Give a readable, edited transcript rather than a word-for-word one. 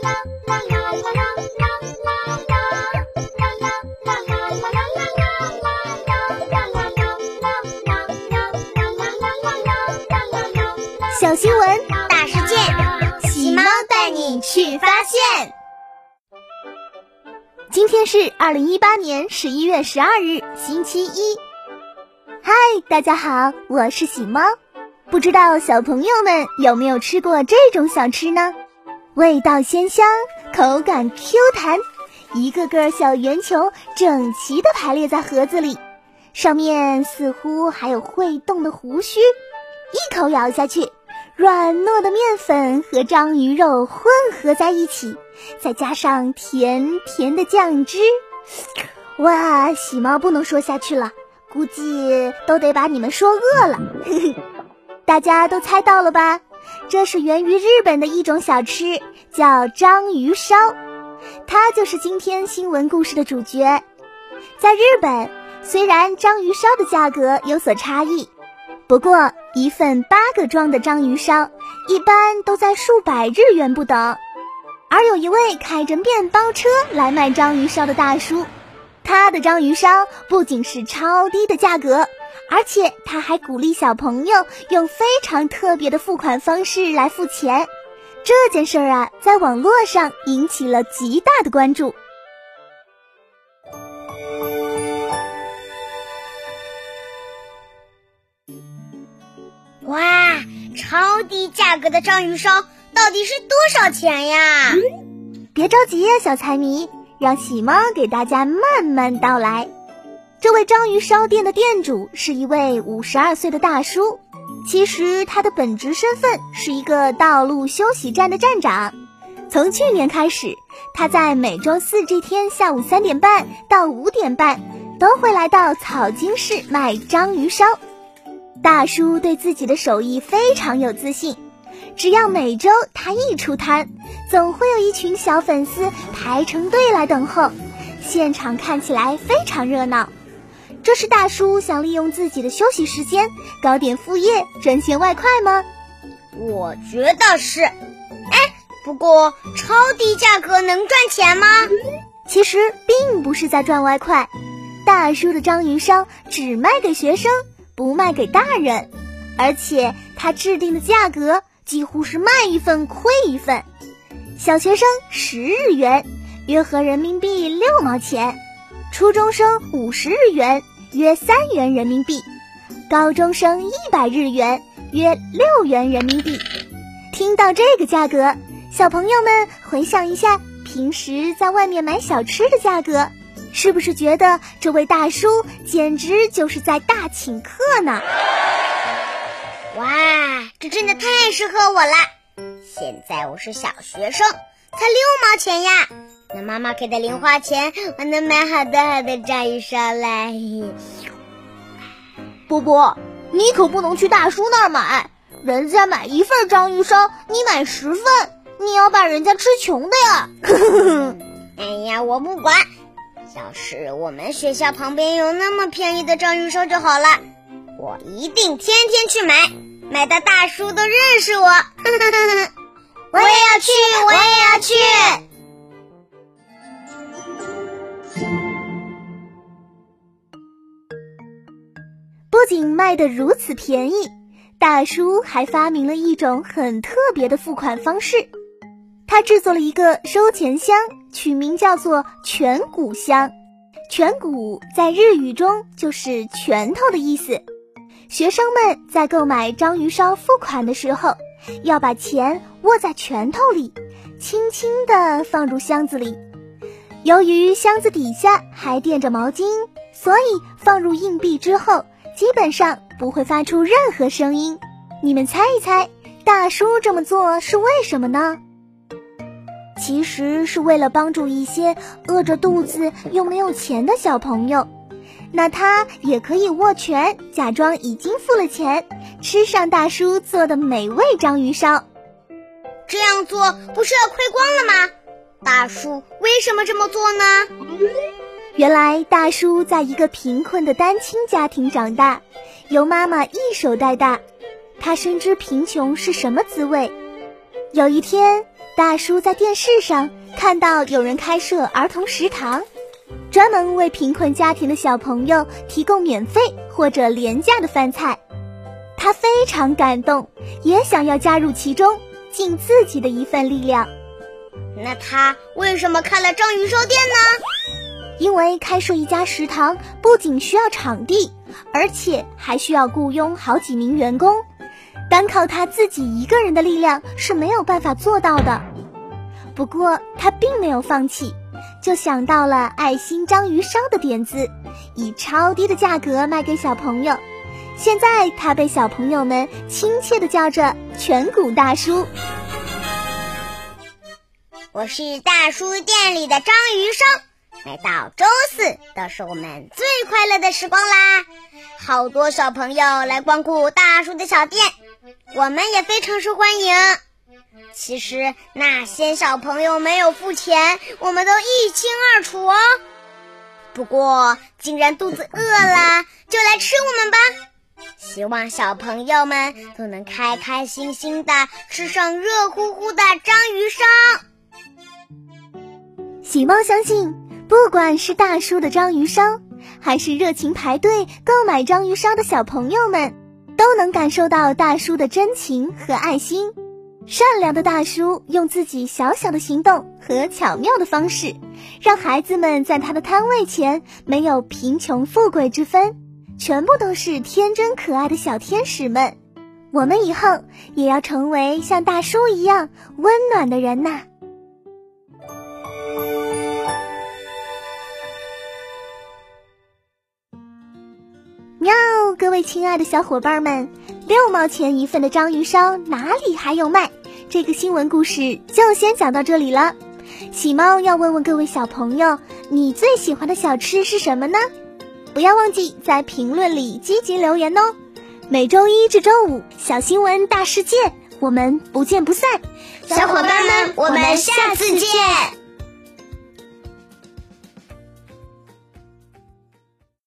小新闻，大事件，喜猫带你去发现。今天是2018年11月12日，星期一。嗨，大家好，我是喜猫。不知道小朋友们有没有吃过这种小吃呢？味道鲜香，口感 Q 弹，一个个小圆球整齐地排列在盒子里，上面似乎还有会动的胡须，一口咬下去，软糯的面粉和章鱼肉混合在一起，再加上甜甜的酱汁，哇，喜猫不能说下去了，估计都得把你们说饿了。大家都猜到了吧？这是源于日本的一种小吃，叫章鱼烧，它就是今天新闻故事的主角。在日本，虽然章鱼烧的价格有所差异，不过一份8个装的章鱼烧一般都在数百日元不等。而有一位开着面包车来卖章鱼烧的大叔，他的章鱼烧不仅是超低的价格，而且他还鼓励小朋友用非常特别的付款方式来付钱。这件事啊，在网络上引起了极大的关注。 哇，超低价格的章鱼烧到底是多少钱呀？ 别着急呀，小财迷，让喜猫给大家慢慢道来。这位章鱼烧店的店主是一位52岁的大叔，其实他的本职身份是一个道路休息站的站长。从去年开始，他在每周4这天下午3点半到5点半都会来到草津市卖章鱼烧。大叔对自己的手艺非常有自信，只要每周他一出摊，总会有一群小粉丝排成队来等候，现场看起来非常热闹。这是大叔想利用自己的休息时间搞点副业赚些外快吗？ 我觉得是。不过超低价格能赚钱吗？ 其实并不是在赚外快，大叔的章鱼烧只卖给学生，不卖给大人，而且他制定的价格几乎是卖一份亏一份。小学生10日元，约合人民币6毛钱；初中生50日元，约3元人民币；高中生100日元，约6元人民币。听到这个价格，小朋友们回想一下平时在外面买小吃的价格，是不是觉得这位大叔简直就是在大请客呢？ 哇，这真的太适合我了！现在我是小学生，才6毛钱呀，那妈妈给的零花钱，我能买好多好多章鱼烧来。 波波，你可不能去大叔那儿买，人家买1份章鱼烧，你买10份，你要把人家吃穷的呀。 哎呀，我不管，要是我们学校旁边有那么便宜的章鱼烧就好了，我一定天天去买到大叔都认识我。我也要去，我也要去。 不仅卖得如此便宜，大叔还发明了一种很特别的付款方式。他制作了一个收钱箱，取名叫做拳鼓箱。拳鼓在日语中就是拳头的意思。学生们在购买章鱼烧付款的时候，要把钱握在拳头里，轻轻地放入箱子里。由于箱子底下还垫着毛巾，所以放入硬币之后，基本上不会发出任何声音。你们猜一猜，大叔这么做是为什么呢？其实是为了帮助一些饿着肚子又没有钱的小朋友，那他也可以握拳，假装已经付了钱，吃上大叔做的美味章鱼烧。 这样做不是要亏光了吗？大叔为什么这么做呢？ 原来大叔在一个贫困的单亲家庭长大，由妈妈一手带大，他深知贫穷是什么滋味。有一天， 大叔在电视上看到有人开设儿童食堂，专门为贫困家庭的小朋友提供免费或者廉价的饭菜。他非常感动，也想要加入其中，尽自己的一份力量。 那他为什么开了章鱼烧店呢？ 因为开设一家食堂不仅需要场地，而且还需要雇佣好几名员工，单靠他自己一个人的力量是没有办法做到的。不过他并没有放弃，就想到了爱心章鱼烧的点子，以超低的价格卖给小朋友。现在他被小朋友们亲切地叫着颧骨大叔。 我是大叔店里的章鱼烧，每到周四都是我们最快乐的时光啦！好多小朋友来光顾大叔的小店，我们也非常受欢迎。其实那些小朋友没有付钱，我们都一清二楚哦。不过既然肚子饿了，就来吃我们吧！希望小朋友们都能开开心心地吃上热乎乎的章鱼烧。 喜猫相信，不管是大叔的章鱼烧，还是热情排队购买章鱼烧的小朋友们，都能感受到大叔的真情和爱心。善良的大叔用自己小小的行动和巧妙的方式，让孩子们在他的摊位前没有贫穷富贵之分，全部都是天真可爱的小天使们。我们以后也要成为像大叔一样温暖的人呐！喵，各位亲爱的小伙伴们，6毛钱一份的章鱼烧哪里还有卖？这个新闻故事就先讲到这里了。喜猫要问问各位小朋友，你最喜欢的小吃是什么呢？不要忘记在评论里积极留言哦。每周一至周五，小新闻大世界，我们不见不散。 小伙伴们，我们下次见。